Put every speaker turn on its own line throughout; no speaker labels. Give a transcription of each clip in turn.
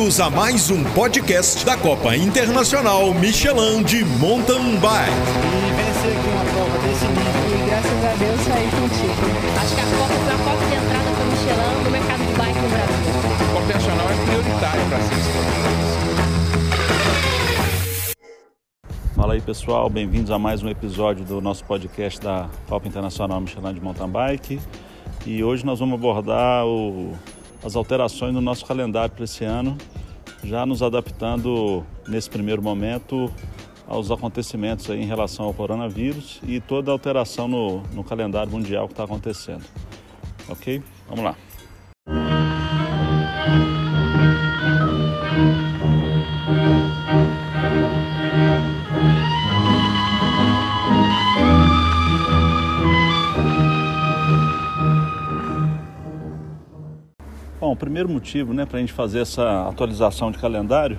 Bem-vindos a mais um podcast da Copa Internacional Michelin de Mountain Bike.
E vencer aqui uma prova desse nível.
E graças a Deus saí contigo.
Acho que a Copa foi a porta de entrada para o Michelin no mercado de bike no Brasil.
A Copa Internacional é prioritária para ser.
Fala aí, pessoal, bem-vindos a mais um episódio do nosso podcast da Copa Internacional Michelin de Mountain Bike. E hoje nós vamos abordar as alterações no nosso calendário para esse ano, já nos adaptando nesse primeiro momento aos acontecimentos aí em relação ao coronavírus e toda a alteração no calendário mundial que está acontecendo. Ok? Vamos lá. Bom, o primeiro motivo, para a gente fazer essa atualização de calendário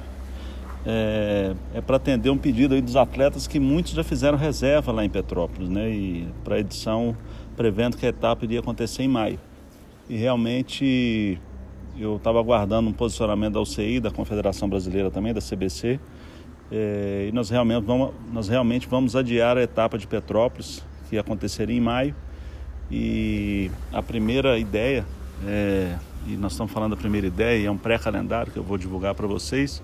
é para atender um pedido aí dos atletas que muitos já fizeram reserva lá em Petrópolis, e para a edição prevendo que a etapa iria acontecer em maio. E realmente eu estava aguardando um posicionamento da UCI, da Confederação Brasileira também, da CBC, e nós realmente vamos adiar a etapa de Petrópolis, que aconteceria em maio. E a primeira ideia e nós estamos falando da primeira ideia, e é um pré-calendário que eu vou divulgar para vocês,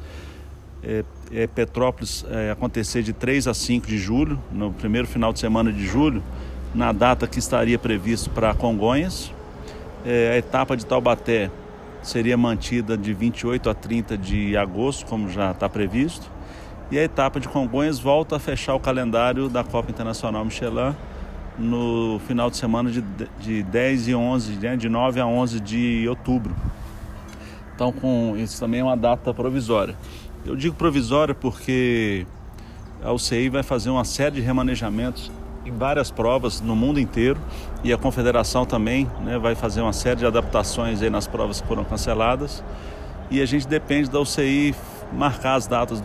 Petrópolis acontecer de 3 a 5 de julho, no primeiro final de semana de julho, na data que estaria previsto para Congonhas. A etapa de Taubaté seria mantida de 28 a 30 de agosto, como já está previsto, e a etapa de Congonhas volta a fechar o calendário da Copa Internacional Michelin no final de semana de 10 e 11, de 9 a 11 de outubro. Então, isso também é uma data provisória. Eu digo provisória porque a UCI vai fazer uma série de remanejamentos em várias provas no mundo inteiro, e a Confederação também vai fazer uma série de adaptações aí nas provas que foram canceladas, e a gente depende da UCI marcar as datas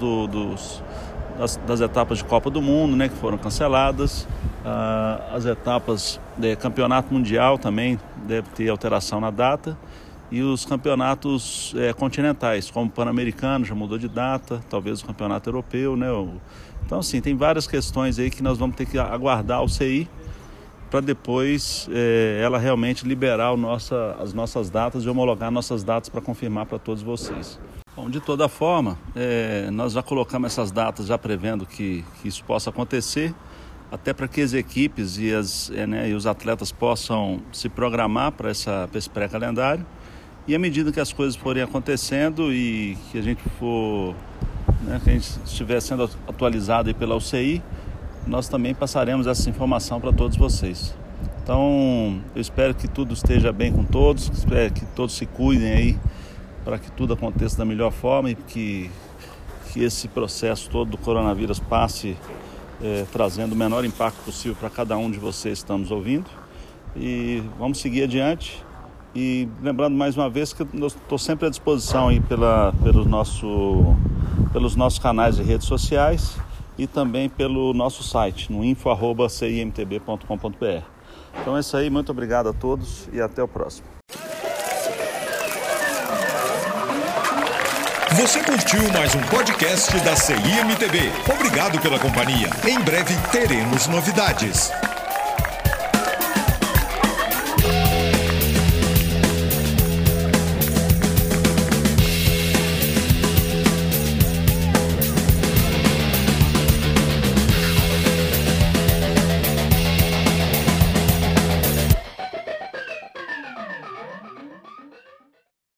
das etapas de Copa do Mundo, que foram canceladas. As etapas de Campeonato Mundial também deve ter alteração na data, e os campeonatos continentais, como o Pan-Americano já mudou de data, talvez o Campeonato Europeu, Então, assim, tem várias questões aí que nós vamos ter que aguardar a UCI para depois ela realmente liberar as nossas datas e homologar nossas datas para confirmar para todos vocês. Bom, de toda forma, nós já colocamos essas datas já prevendo que isso possa acontecer, até para que as equipes e os atletas possam se programar para esse pré-calendário. E à medida que as coisas forem acontecendo e que a gente que a gente estiver sendo atualizado aí pela UCI, nós também passaremos essa informação para todos vocês. Então, eu espero que tudo esteja bem com todos, espero que todos se cuidem aí para que tudo aconteça da melhor forma e que esse processo todo do coronavírus passe trazendo o menor impacto possível para cada um de vocês que estamos ouvindo. E vamos seguir adiante. E lembrando mais uma vez que eu estou sempre à disposição aí pelos nossos canais de redes sociais e também pelo nosso site, no info@cimtb.com.br. Então é isso aí, muito obrigado a todos e até o próximo.
Você curtiu mais um podcast da CIMTB. Obrigado pela companhia. Em breve teremos novidades.